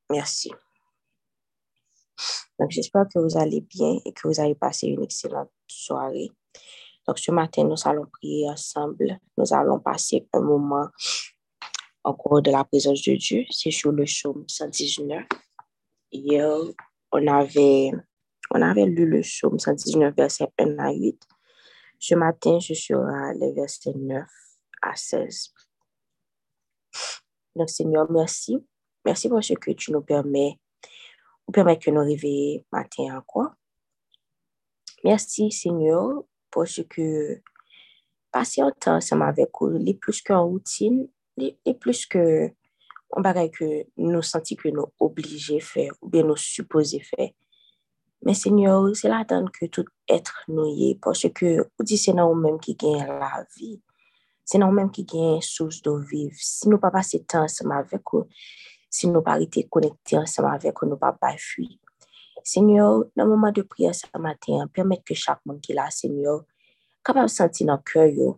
Merci. Donc, j'espère que vous allez bien et que vous avez passé une excellente soirée. Donc, ce matin, nous allons prier ensemble. Nous allons passer un moment en cours de la présence de Dieu. C'est sur le psaume 119. Hier, on avait lu le psaume 119, versets 1 à 8. Ce matin, ce sera les versets 9 à 16. Donc, Seigneur, merci. Merci pour ce que tu nous permets que nous réveillions matin encore. Merci, Seigneur, pour ce que passer un temps ensemble avec vous, les plus qu'en routine, les plus que on bagaille que nous sentons que nous obligés faire ou bien nous supposés faire. Mais Seigneur, c'est là que tout être nous y est, parce que vous dites c'est nous-mêmes qui gagnent la vie. C'est nous-mêmes qui gagnent source de vivre. Si nous pas passer temps ensemble avec vous, si nous pas été connectés ensemble avec vous, nous pas fuir. Seigneur, dans le moment de prière ce matin, permettre que chaque monde qui est là, Seigneur, capable de sentir dans le cœur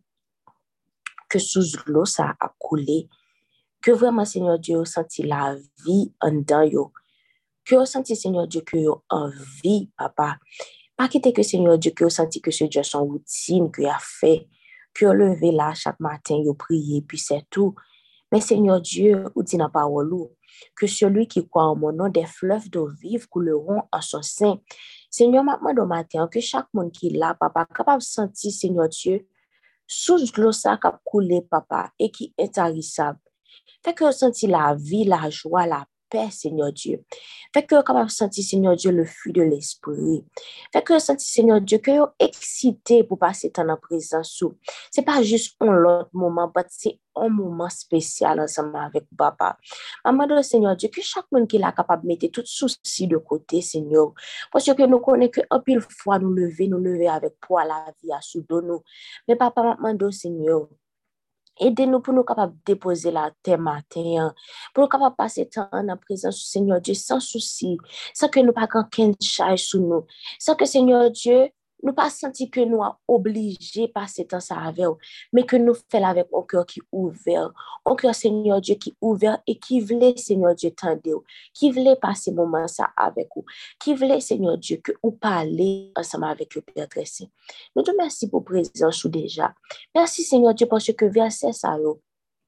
que sous l'eau ça a coulé, que vraiment, Seigneur Dieu, senti la vie en dedans yo, que vous senti, Seigneur Dieu, que vous en vie, papa. Pas quitter que, Seigneur Dieu, que vous senti que ce Dieu son routine, que vous a fait, que vous levé là chaque matin, vous priez, puis c'est tout. Mais Seigneur Dieu, vous dit dans la parole, que celui qui croit en mon nom, des fleuves d'eau vive couleront en son sein. Seigneur, maintenant, au matin, que chaque monde qui est là, papa, capable de sentir, Seigneur Dieu, sous l'eau ça qui a coulé, papa, et qui est intarissable. Fait que vous sentez la vie, la joie, la paix, Seigneur Dieu. Fait que vous capable de sentir, Seigneur Dieu, le flux de l'esprit. Fait que vous sentez, Seigneur Dieu, que vous excité pour passer temps en présence. C'est pas juste un autre moment, mais c'est un moment spécial ensemble avec papa. Maman, Seigneur Dieu, que chaque monde qui est là capable de mettre tout souci de côté, Seigneur. Parce que nous connaissons qu'un pile fois nous lever avec poids la vie à sous nous. Mais papa, maman, Seigneur, aidez-nous pour nous capables de déposer la terre matin, pour nous capables de passer temps en présence du Seigneur Dieu sans souci, sans que nous pas qu'un charge sur nous, sans que Seigneur Dieu nous pas senti que nous sommes obligés de passer temps ça avec vous, mais que nous faisons avec un cœur qui est ouvert, un cœur Seigneur Dieu qui est ouvert et qui voulait Seigneur Dieu tendre, qui voulait passer moment ça avec vous, qui voulait Seigneur Dieu que vous parlez ensemble avec le Père très saint. Nous te remercions pour présence déjà. Merci Seigneur Dieu parce que verset ça yo.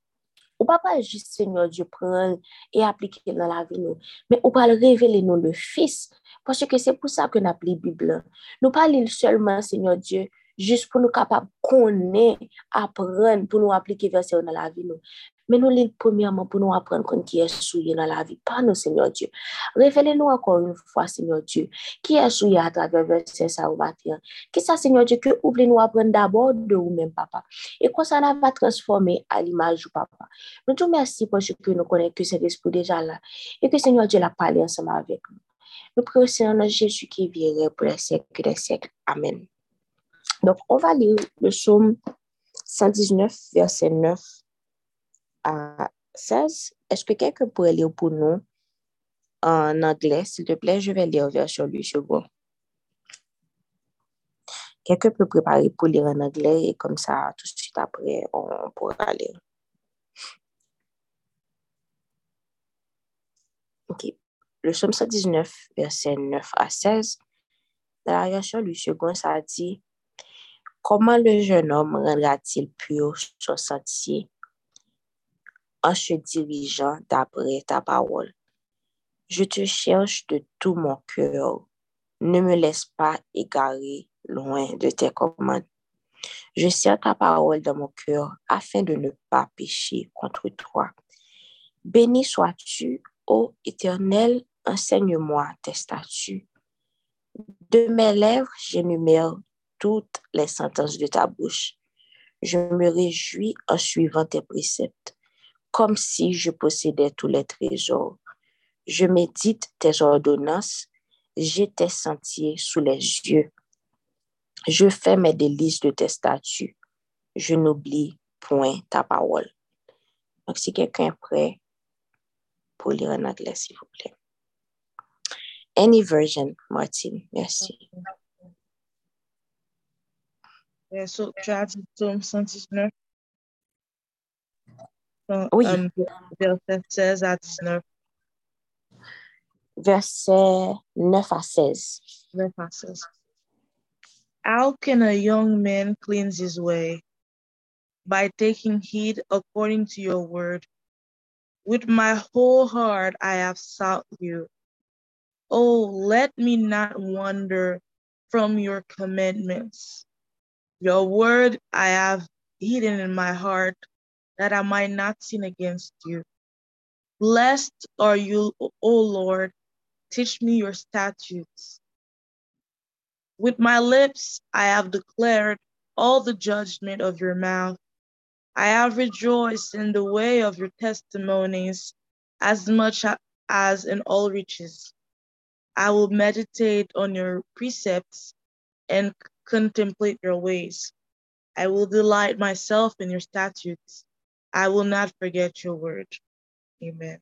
Ou pas juste Seigneur Dieu prendre et appliquer dans la vie nous, mais ou pas révéler nous le Fils parce que c'est pour ça que nous appelons la Bible. Nous pas lire seulement Seigneur Dieu juste pour nous capables connaître, apprendre pour nous appliquer verset dans la vie nous. Mais nous lisons premièrement pour nous apprendre qui est souillé dans la vie, pas nous Seigneur Dieu. Révélez-nous encore une fois Seigneur Dieu, qui est souillé à travers verset ça au matin. Qui ça Seigneur Dieu que oubliez nous apprendre d'abord de vous-même papa. Et quoi ça va transformer à l'image du papa. Nous te remercions parce que nous connaissons que cet esprit déjà là et que Seigneur Dieu l'a parlé ensemble avec nous. Nous prions Seigneur Jésus qui viendrait pour les siècles des siècles. Amen. Donc, on va lire le psaume 119, verset 9 à 16. Est-ce que quelqu'un pourrait lire pour nous en anglais, s'il te plaît? Je vais lire version du second. Quelqu'un peut préparer pour lire en anglais et comme ça, tout de suite après, on pourra lire. OK. Le psaume 119, verset 9 à 16. Dans la version du second, ça dit: comment le jeune homme rendra-t-il pur son sentier en se dirigeant d'après ta parole? Je te cherche de tout mon cœur. Ne me laisse pas égarer loin de tes commandes. Je serre ta parole dans mon cœur afin de ne pas pécher contre toi. Béni sois-tu, ô Éternel, enseigne-moi tes statuts. De mes lèvres, j'énumère toutes les sentences de ta bouche. Je me réjouis en suivant tes préceptes, comme si je possédais tous les trésors. Je médite tes ordonnances, j'ai tes sentiers sous les yeux. Je fais mes délices de tes statuts. Je n'oublie point ta parole. Donc, si quelqu'un est prêt pour lire en anglais, s'il vous plaît. Any version, Martine. Merci. So, tu as dit psaume 119, Oui. verset 16 à 19. versets 9 à 16. 9 à 16. How can a young man cleanse his way? By taking heed according to your word. With my whole heart I have sought you. Oh, let me not wander from your commandments. Your word I have hidden in my heart, that I might not sin against you. Blessed are you, O Lord. Teach me your statutes. With my lips I have declared all the judgment of your mouth. I have rejoiced in the way of your testimonies as much as in all riches. I will meditate on your precepts and contemplate your ways. I will delight myself in your statutes. I will not forget your word. Amen.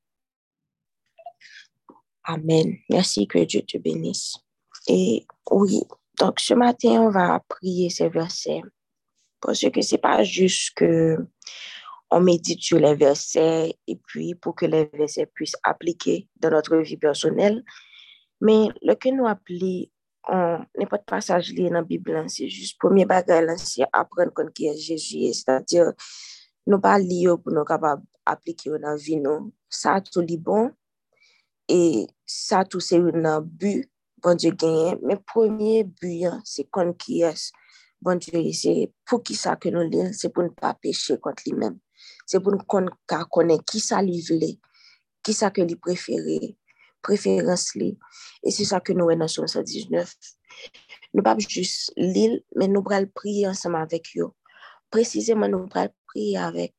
Amen. Merci, que Dieu te bénisse. Et oui, donc ce matin, on va prier ces versets parce que c'est pas juste que on médite sur les versets et puis pour que les versets puissent appliquer dans notre vie personnelle, mais le que nous appelons en n'importe passage lié dans la Bible, c'est juste premier bagage, c'est apprendre qu'on qui est Jésus, c'est-à-dire nous pas lire pour nous capables d'appliquer dans la vie, nous. Ça tout est bon et ça tout c'est un but, bon Dieu gagne, mais premier but, c'est qu'on qui est, bon Dieu, c'est pour qui ça que nous lisons, c'est pour ne pas pécher contre lui-même. C'est pour nous connaître qui ça lui voulait, qui ça que lui préférait, préférence lui. Et c'est ça que nous voyons dans Somme 119. Nous pas juste lire, mais nous allons prier ensemble avec eux. Précisément, nous allons prier avec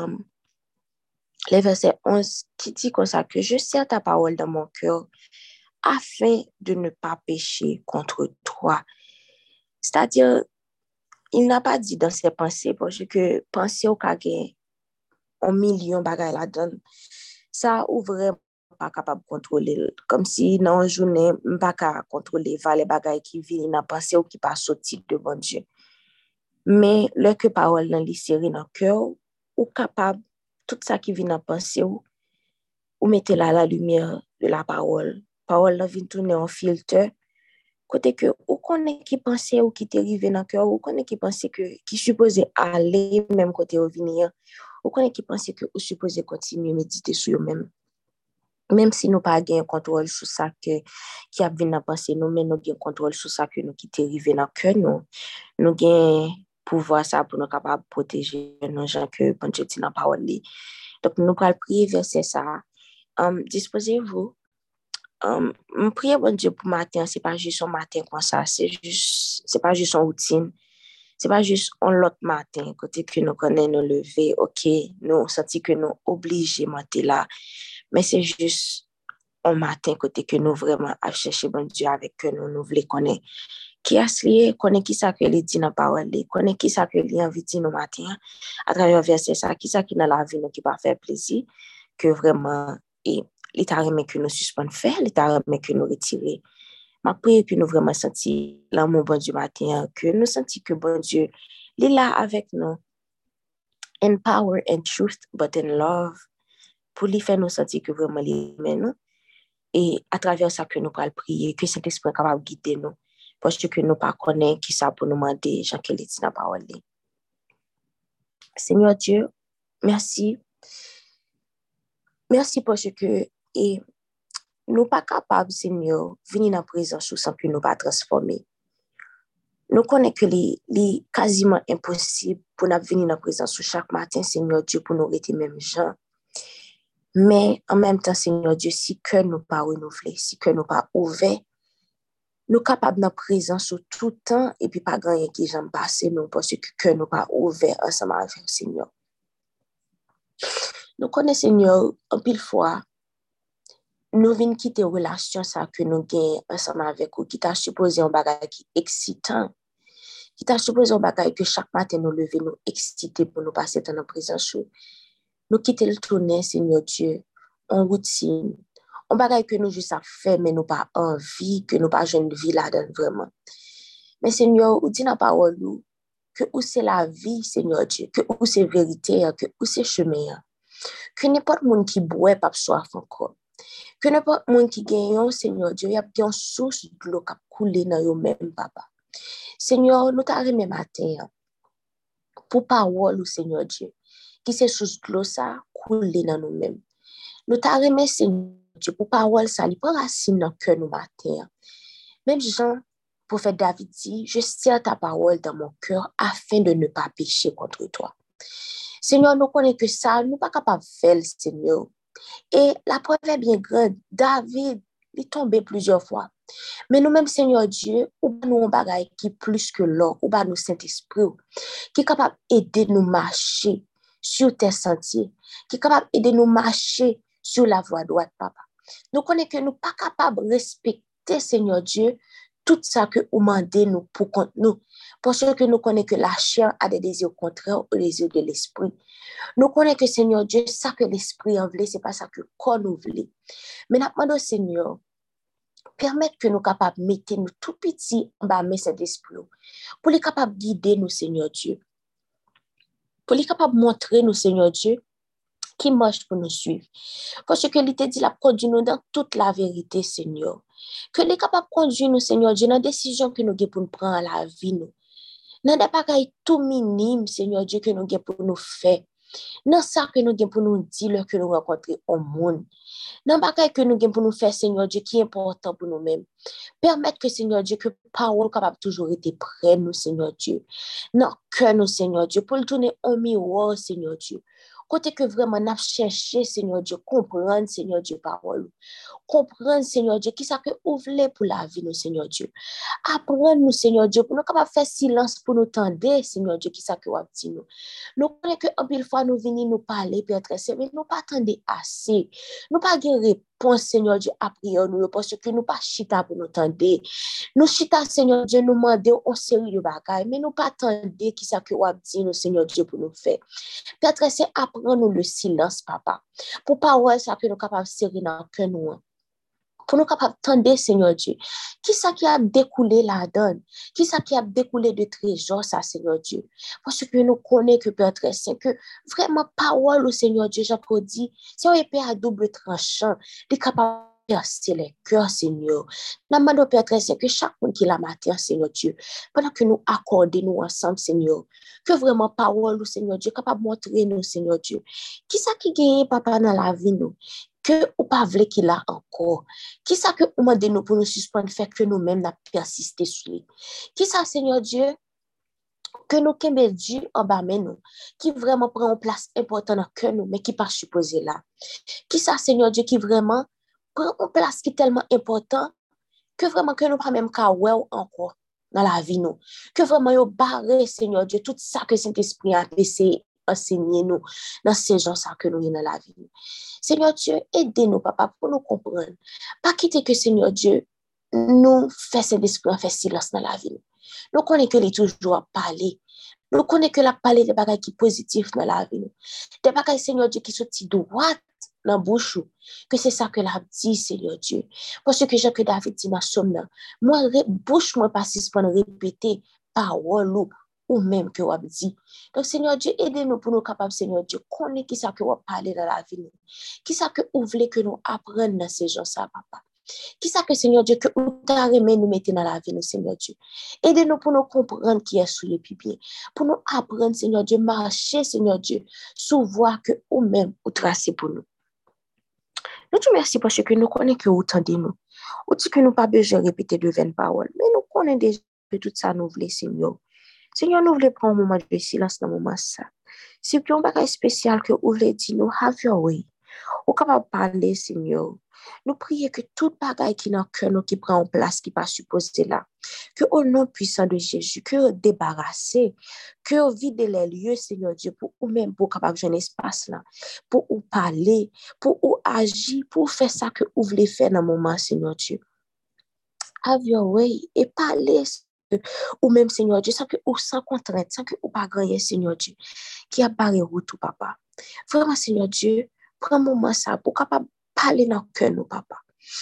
les versets 11 qui dit comme ça que je serre ta parole dans mon cœur afin de ne pas pécher contre toi. C'est-à-dire, il n'a pas dit dans ses pensées parce que penser au cas un million de bagages là-dedans, ça ouvre pas capable de contrôler. Comme si dans une journée, je ne pas capable de contrôler les bagages qui viennent dans pensée ou qui pas sorti de bon Dieu. Mais le que parole dans les séries dans le cœur, ou capable, tout ça qui vient dans pensée ou mettez là la lumière de la parole. Parole là vient tourner en filtre. Côté que ou connaît qui pensait ou qui t'est arrivé dans le cœur, ou connaît qui pensait que qui supposait aller même côté au venir, ou connaît qui pensait que ou supposait continuer à méditer sur eux-mêmes. Même si nous pas gain contrôle sur ça que qui a venu penser nous, mais nous gain contrôle sur ça que nous qui t'est arrivé dans le cœur, nous gain pouvoir ça pour nous capable protéger nos gens que bon Dieu dit dans la parole. Donc nous allons prier verset ça. Disposez-vous. Prier bon Dieu pour matin, c'est pas juste un matin comme ça, c'est pas juste une routine, c'est pas juste un l'autre matin, côté que nous connaissons nous lever, ok, nous senti que nous obligés monter là, mais c'est juste un matin côté que nous vraiment à chercher bon Dieu avec que nous voulons connaître. Qui a lié, connaît qui ça que les dit dans la parole, connaît qui ça que les envie de dire nos matin, à travers verset ça, qui ça qui dans la vie nous qui va faire plaisir, que vraiment, et l'État remet que nous suspendons faire, l'État remet que nous retirer. Ma prière que nous vraiment senti l'amour bon Dieu matin, que nous senti que bon Dieu, il est là avec nous, in power and truth, but in love, pour lui faire nous sentir que vraiment il aime nous, et à travers ça que nous allons prier, que cet esprit est capable de guider nous, parce que nous ne connaissons pas qui ça pour nous demander, Jean qui dit dans la parole. Seigneur Dieu, merci. Merci parce que et nous pas capables, Seigneur, venir dans la présence sans que nous pas transformer. Nous connaissons que les quasiment impossible pour nous venir dans la présence chaque matin, Seigneur Dieu, pour nous rester même gens. Mais en même temps, Seigneur Dieu, si que nous pas renouvelé, si que nous pas ouvert, nous capables dans la présence tout le temps et puis pas grand qui j'aime passer nous parce que nous pas ouvert ensemble avec le Seigneur. Nous connaissons, Seigneur, en pile fois, nous venons quitter la relation ça que nous gagnons ensemble avec vous, qui t'a supposé un bagage qui excitant, qui t'a supposé un bagage que chaque matin nous lever, nous exciter pour nous passer dans la présence. Nous quitter le tourner, Seigneur Dieu, en routine, un bagage que nous juste à faire, mais nous pas envie, que nous pas jeune vie là-dedans vraiment. Mais Seigneur, vous dit dans la parole, que où c'est la vie, Seigneur Dieu, que où c'est vérité, que où c'est chemin, que n'importe monde qui boit pas soif encore. Que n'importe monde qui gagne, Seigneur Dieu, y a bien source de l'eau qui coule dans eux même, papa. Seigneur, nous t'arrêtons matin, pour parole, Seigneur Dieu, qui c'est source de l'eau ça coule dans nous-mêmes. Nous t'arrêtons, Seigneur Dieu, pour parole ça, il prend racine dans le cœur nous matin. Même Jean, prophète David dit, je serre ta parole dans mon cœur afin de ne pas pécher contre toi. Seigneur, nous connaissons que ça, nous ne sommes pas capables de faire, Seigneur. Et la preuve est bien grande. David, il est tombé plusieurs fois. Mais nous-mêmes, Seigneur Dieu, ou nous un bagage qui est plus que l'or, ou nous Saint-Esprit, qui est capable d'aider nous marcher sur tes sentiers, qui est capable d'aider nous marcher sur la voie droite, papa. Nous connaissons que nous ne sommes pas capables de respecter, Seigneur Dieu, tout ça que vous demandez nous pour contre nous. Parce que nous connaissons que la chair a des désirs contraires aux désirs de l'esprit. Nous connaissons que, Seigneur Dieu, ça que l'esprit en veut, ce n'est pas ça que le corps nous veut. Mais nous demandons, Seigneur, permettre que nous capables de mettre nous tout petits en bas de cet esprit, pour les capables de guider nous, Seigneur Dieu. Pour les capables de montrer nous, Seigneur Dieu, qui marche pour nous suivre. Parce que l'ité dit la conduit nous dans toute la vérité, Seigneur. Que les capables de conduire nous, Seigneur Dieu, dans la décision que nous avons pour nous prendre à la vie, nous. Dans des bagailles tout minimes, Seigneur Dieu, que nous avons pour nous faire. Dans ça que nous avons pour nous dire que nous rencontrons au monde. Dans bagaille que nous avons pour nous faire, Seigneur Dieu, qui est important pour nous-mêmes. Permettre que, Seigneur Dieu, que parole capable toujours être près nous, Seigneur Dieu. Non, que nous, Seigneur Dieu, pour le tourner au miroir, Seigneur Dieu. Côté que vraiment nous cherché, Seigneur Dieu, comprendre, Seigneur Dieu, parole. Comprendre, Seigneur Dieu, qui ça que ouvre pour la vie, nous, Seigneur Dieu. Apprendre, nous, Seigneur Dieu, pour nous capables faire silence pour nous tendre, Seigneur Dieu, qui ça que vous dit nous. Nous connaissons que en pile fois nous venons nous parler, Père très saint, mais nous pas attendre assez. Nous pas de réponse, Seigneur Dieu, à prière nous, parce que nous pas chita pour nous tendre. Nous chita, Seigneur Dieu, nous demander en série de bagailles, mais nous pas attendre qui ça que vous dit nous, Seigneur Dieu, pour nous faire. Père très saint, apprends nous le silence, papa. Pour parole ça que nous capables de serrer dans le cœur nous. Pour nous capables d'entendre, Seigneur Dieu. Qui ça qui a découlé la donne? Qui ça qui a découlé de trésor, ça, Seigneur Dieu? Parce que nous connaissons que Père très saint, que vraiment parole au Seigneur Dieu, Jean-Paul dit, c'est un épée à double tranchant, est capable de percer les cœurs, Seigneur. Nous demandons, Père très saint, que chaque monde qui la matin, Seigneur Dieu, pendant que nous accordons nous ensemble, Seigneur, que vraiment parole au Seigneur Dieu, capable de montrer nous, Seigneur Dieu. Qui ça qui gagne, papa, dans la vie, nous? Que ou pas vle qu'il a encore. Qui ça que ou mande nous pour nous suspendre, faire que nous-mêmes n'a persisté sur lui. Qui ça, Seigneur Dieu, que nous kembe Dieu en bas mais nous, qui vraiment prend une place importante dans que nous, mais qui pas supposé là. Qui ça, Seigneur Dieu, qui vraiment prend une place qui est tellement importante, que vraiment que nous pas même qu'à encore dans la vie nous. Que vraiment yo barré, Seigneur Dieu, tout ça que Saint-Esprit a essayé enseigner nous dans ces gens ça que nous y dans la vie. Seigneur Dieu, aidez-nous, papa, pour nous comprendre. Pas quitter que, Seigneur Dieu, nous fait Saint-Esprit, fait silence dans la vie. Nous connaissons que est toujours à parler. Nous connaissons que la parler des bagages qui positifs dans la vie. Des bagages, Seigneur Dieu, qui sont droits dans la bouche. Que c'est ça que l'a dit, Seigneur Dieu. Parce que Jacques David dit dans Somme, moi, bouche, moi, pas si pour répéter parole ou même que vous avez dit. Donc, Seigneur Dieu, aidez-nous pour nous capables, Seigneur Dieu, connaître qui ça que vous parlez dans la vie. Qui ça que vous voulez que nous apprenions dans ces gens-là, papa. Qui ça que, Seigneur Dieu, que vous t'arrêtez nous mettre dans la vie, Seigneur Dieu. Aidez-nous pour nous comprendre qui est sous les pieds. Pour nous apprendre, Seigneur Dieu, marcher, Seigneur Dieu, sous voie que vous-même vous tracez pour nous. Nous te remercions parce que nous connaissons que vous tendez nous. Ou dit que nous pas besoin de répéter de vaines paroles. Mais nous connaissons déjà que tout ça nous voulons, Seigneur. Seigneur, nous voulons prendre un moment de silence dans le moment ça. Si vous avez un bagage spécial que vous voulez dire, nous have your way. Ou capable de parler, Seigneur. Nous prions que tout bagage qui est dans le cœur, nous qui prend en place, qui n'est pas supposé là, que au nom puissant de Jésus, que débarrasser, que vide les lieux, Seigneur Dieu, pour vous-même, pour capable de un espace là, pour vous parler, pour vous agir, pour faire ça que vous voulez faire dans le moment, Seigneur Dieu. Have your way et parler ou même, Seigneur Dieu, sans que ou sans contrainte, sans que ou pas gagner, Seigneur Dieu, qui a barré route, papa. Vraiment, Seigneur Dieu, prends un moment ça pour capable parler dans le cœur, nous, papa.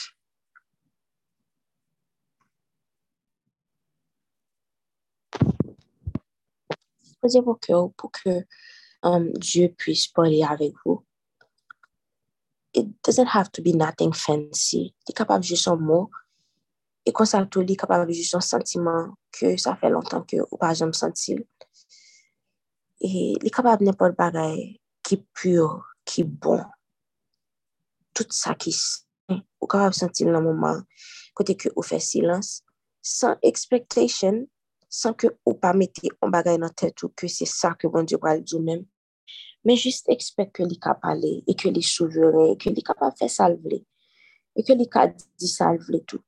Posez vos cœurs pour que Dieu puisse parler avec vous. Et doesn't have to be nothing fancy. Il est capable juste un mot. Et quand ça tout, il est capable juste un sentiment que ça fait longtemps que ou pas jamais senti. Et il est capable n'importe bagaille qui est pur, qui est bon. Tout ça qui est ou capable sentir dans le moment côté que ou fait silence sans expectation, sans que ou pas mettre un bagaille dans tête ou que c'est ça que bon Dieu va le dire même. Mais juste expect que il capable parler et que les souverain et que il capable faire salver et que il capable dire salver tout.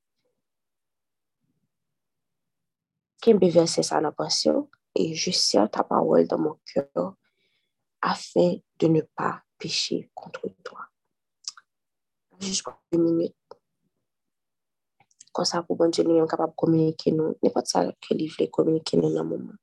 Qu'un verset ça dans pensée et je serre ta parole dans mon cœur afin de ne pas pécher contre toi. Juste pour 2 minutes. Comme ça, pour bon Dieu, nous sommes capables de communiquer nous. N'importe ça que lui voulait communiquer nous dans le moment.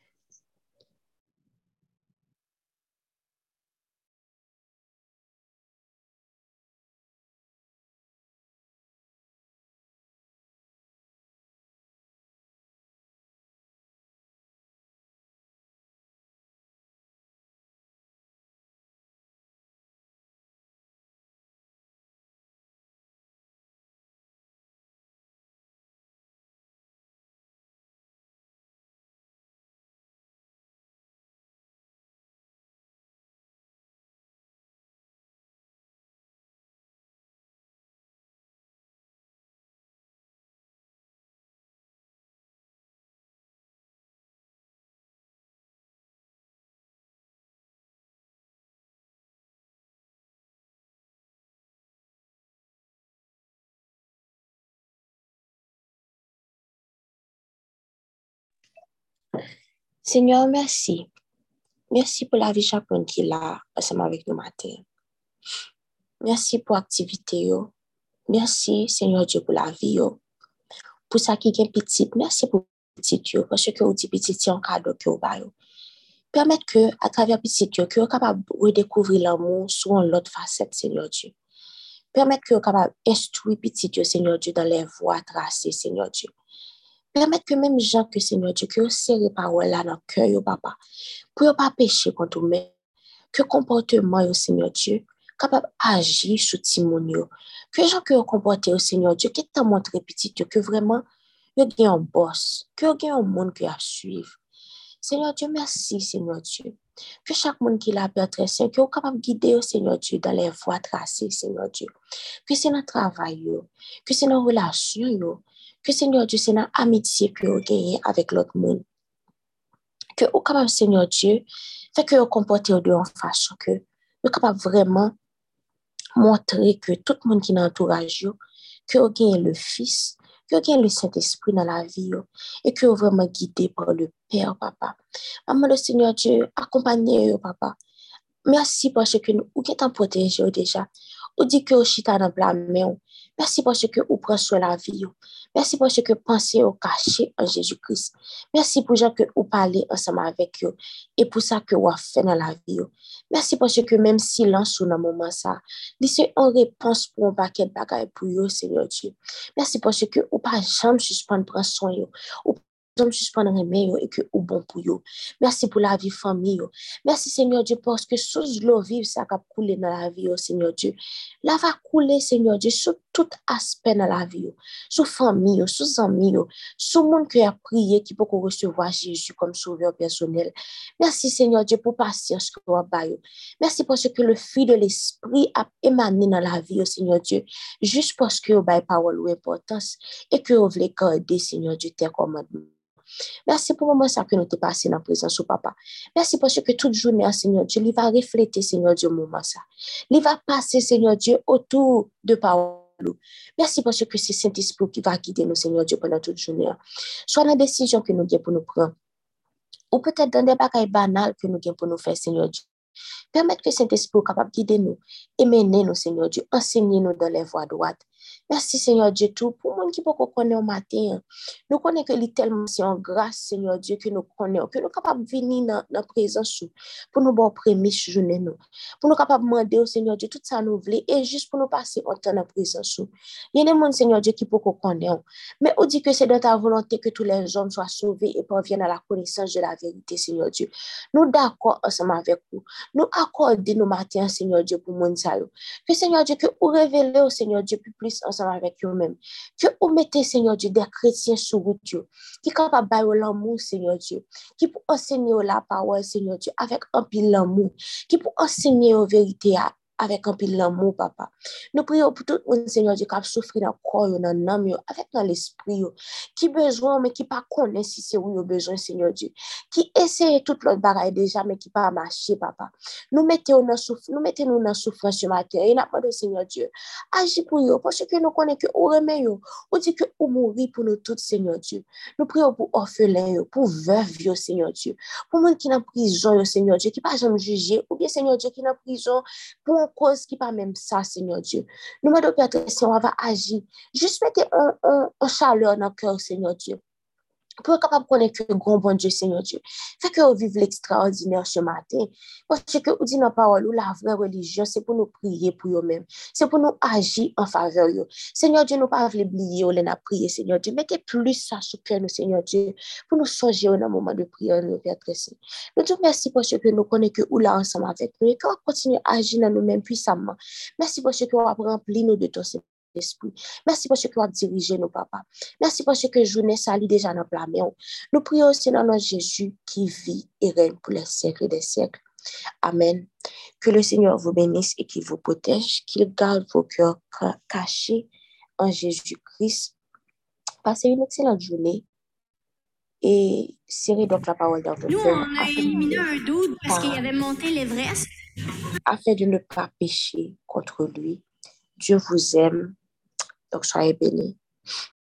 Seigneur, merci. Merci pour la vie chacun qui est là ensemble avec nous matin. Merci pour l'activité. Merci, Seigneur Dieu, pour la vie. Pour ça qui est petit, merci pour petit, parce que vous dites petit, c'est un cadeau que vous avez. Permettre que, à travers petit, que vous êtes capable de redécouvrir l'amour sur une autre facette, Seigneur Dieu. Permettre que vous êtes capable d'instruire petit, Seigneur Dieu, dans les voies tracées, Seigneur Dieu. Permettre que même gens que, Seigneur Dieu, que vous serrez parole là dans le cœur, papa, pour ne pas pécher contre vous-même, que comportement, Seigneur Dieu, capable d'agir sur Timonio. Que les gens que vous comportez, Seigneur Dieu, qui t'ont montré petit, que vraiment, vous avez un boss, que vous avez un monde qui a suivre. Seigneur Dieu, merci, Seigneur Dieu. Que chaque monde qui l'a très saint, que vous êtes capable de guider, Seigneur Dieu, dans les voies tracées, Seigneur Dieu. Que c'est notre travail, que c'est nos relations, que Seigneur Dieu, c'est notre amitié que vous gagnez avec l'autre monde. Que vous êtes capable, Seigneur Dieu, fait que vous comportez de en façon que vous êtes capable vraiment montrer que tout le monde qui est dans l'entourage, que vous gagnez le Fils, que vous gagnez le Saint-Esprit dans la vie, et que vous vraiment guidé par le Père, papa. Maman, le Seigneur Dieu, accompagnez papa. Merci parce que vous êtes protégé déjà. Vous dites que vous chita dans la main. Merci parce que vous prenez sur la vie. Merci parce que pensez au caché en Jésus-Christ. Merci pour ça que vous parlez ensemble avec eux et pour ça que vous avez fait dans la vie. Merci parce que même silence ou dans le moment ça, c'est une réponse pour un paquet de bagages pour vous, Seigneur Dieu. Merci parce que vous pas jamais suspendre prendre soin ou jamais suspendre remettre et que vous bon pour vous. Merci pour la vie famille. Merci Seigneur Dieu parce que sous l'eau vive ça va couler dans la vie, Seigneur Dieu. Là va couler Seigneur Dieu sur tout aspect dans la vie, sur famille, sur amis, sur monde qui a prié qui peut recevoir Jésus comme sauveur personnel. Merci Seigneur Dieu pour patience que vous avez. Merci parce que le fruit de l'esprit a émané dans la vie, Seigneur Dieu, juste parce que vous avez parole ou importance et que vous voulez garder Seigneur Dieu tes commandements. Merci pour le moment ça que nous te passé dans la présence au papa. Merci parce que toute journée, Seigneur Dieu, il va refléter, Seigneur Dieu, moment ça. Il va passer, Seigneur Dieu, autour de parole. Merci parce que c'est Saint-Esprit qui va guider nous, Seigneur Dieu, pendant toute journée. Soit dans la décision que nous avons pour nous prendre, ou peut-être dans des bagages banals que nous avons pour nous faire, Seigneur Dieu. Permettre que Saint-Esprit soit capable de guider nous et mener nous, Seigneur Dieu, enseigner nous dans les voies droites. Merci, Seigneur Dieu, tout. Pour moi qui peut connaître au matin, nous connaissons que c'est tellement c'est en grâce, Seigneur Dieu, que nous connaissons, que nous sommes capables de venir dans la présence pour nous bon premier journée, nous. Pour nous capables de demander au Seigneur Dieu tout ça nous voulons et juste pour nous passer en temps dans la présence. Il y a des gens, Seigneur Dieu, qui peut connaître. Mais on dit que c'est dans ta volonté que tous les hommes soient sauvés et parviennent à la connaissance de la vérité, Seigneur Dieu. Nous d'accord ensemble avec vous. Nous accordons nos matins, Seigneur Dieu, pour mon salut. Que Seigneur Dieu, que vous révélez au Seigneur Dieu plus ensemble avec vous-même. Que vous mettez, Seigneur Dieu, des chrétiens sur route, Dieu, qui sont capables de l'amour, Seigneur Dieu, qui pour enseigner la parole, Seigneur Dieu, avec un pile l'amour, qui pour enseigner la vérité avec un pile l'amour, papa. Nous prions pour tout le monde, Seigneur Dieu, qui a souffert dans le corps, dans l'âme, avec dans l'esprit, qui besoin, mais qui pas connaît si c'est où il a besoin, Seigneur Dieu, qui essaie toute l'autre bagaille déjà, mais qui pas marché, papa. Nous mettons nous dans souffrance ce matin, et nous demandons, Seigneur Dieu, agis pour eux, parce que nous connaissons que vous remet, on dit que vous mourir pour nous tous, Seigneur Dieu. Nous prions pour orphelins, pour veuves, Seigneur Dieu, pour les gens qui sont en prison, Seigneur Dieu, qui ne sont pas jamais jugés, ou bien, Seigneur Dieu, qui sont en prison pour une cause qui n'est pas même ça, Seigneur Dieu. Nous demandons, Père, si on va agir, juste mettez en chaleur dans le cœur, Seigneur Dieu. Pour être capable de connaître que grand bon Dieu, Seigneur Dieu. Fait que vous vivez l'extraordinaire ce matin. Parce que vous dites dans la parole, la vraie religion, c'est pour nous prier pour nous-mêmes. C'est pour nous agir en faveur de nous. Seigneur Dieu, nous ne pas oublier, on a prié, Seigneur Dieu. Mettez plus ça sur cœur, nous, Seigneur Dieu, pour nous songer dans un moment de prière, nous, Père très saint. Nous te remercions parce que nous connaissons que vous là ensemble avec nous et qu'on continue à agir dans nous-mêmes puissamment. Merci parce que vous avez rempli nous de ton Esprit. Merci parce que tu as dirigé nos papas. Merci parce que journée sali déjà dans la main. Nous prions aussi dans notre Jésus qui vit et règne pour les siècles des siècles. Amen. Que le Seigneur vous bénisse et qu'il vous protège, qu'il garde vos cœurs cachés en Jésus-Christ. Passez une excellente journée et serrez donc la parole dans vos Nous, cœurs. on a éliminé un doute parce qu'il avait monté l'Everest. Afin de ne pas pécher contre lui. Dieu vous aime. Donc, soyez bénis.